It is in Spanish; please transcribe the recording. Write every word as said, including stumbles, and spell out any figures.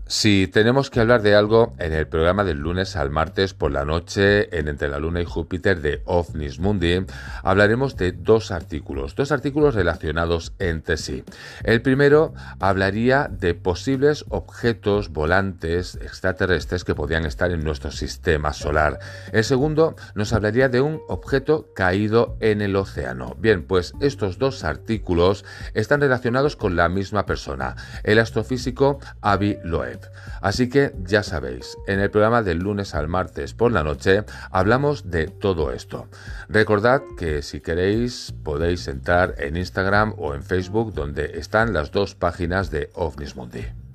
Si tenemos que hablar de algo en el programa del lunes al martes por la noche en Entre la Luna y Júpiter de OVNIS Mundi, hablaremos de dos artículos, dos artículos relacionados entre sí. El primero hablaría de posibles objetos volantes extraterrestres que podrían estar en nuestro sistema solar. El segundo nos hablaría de un objeto caído en el océano. Bien, pues estos dos artículos están relacionados con la misma persona, el astrofísico Avi Loeb. Así que ya sabéis, en el programa del lunes al martes por la noche hablamos de todo esto. Recordad que si queréis podéis entrar en Instagram o en Facebook, donde están las dos páginas de OVNIS Mundi.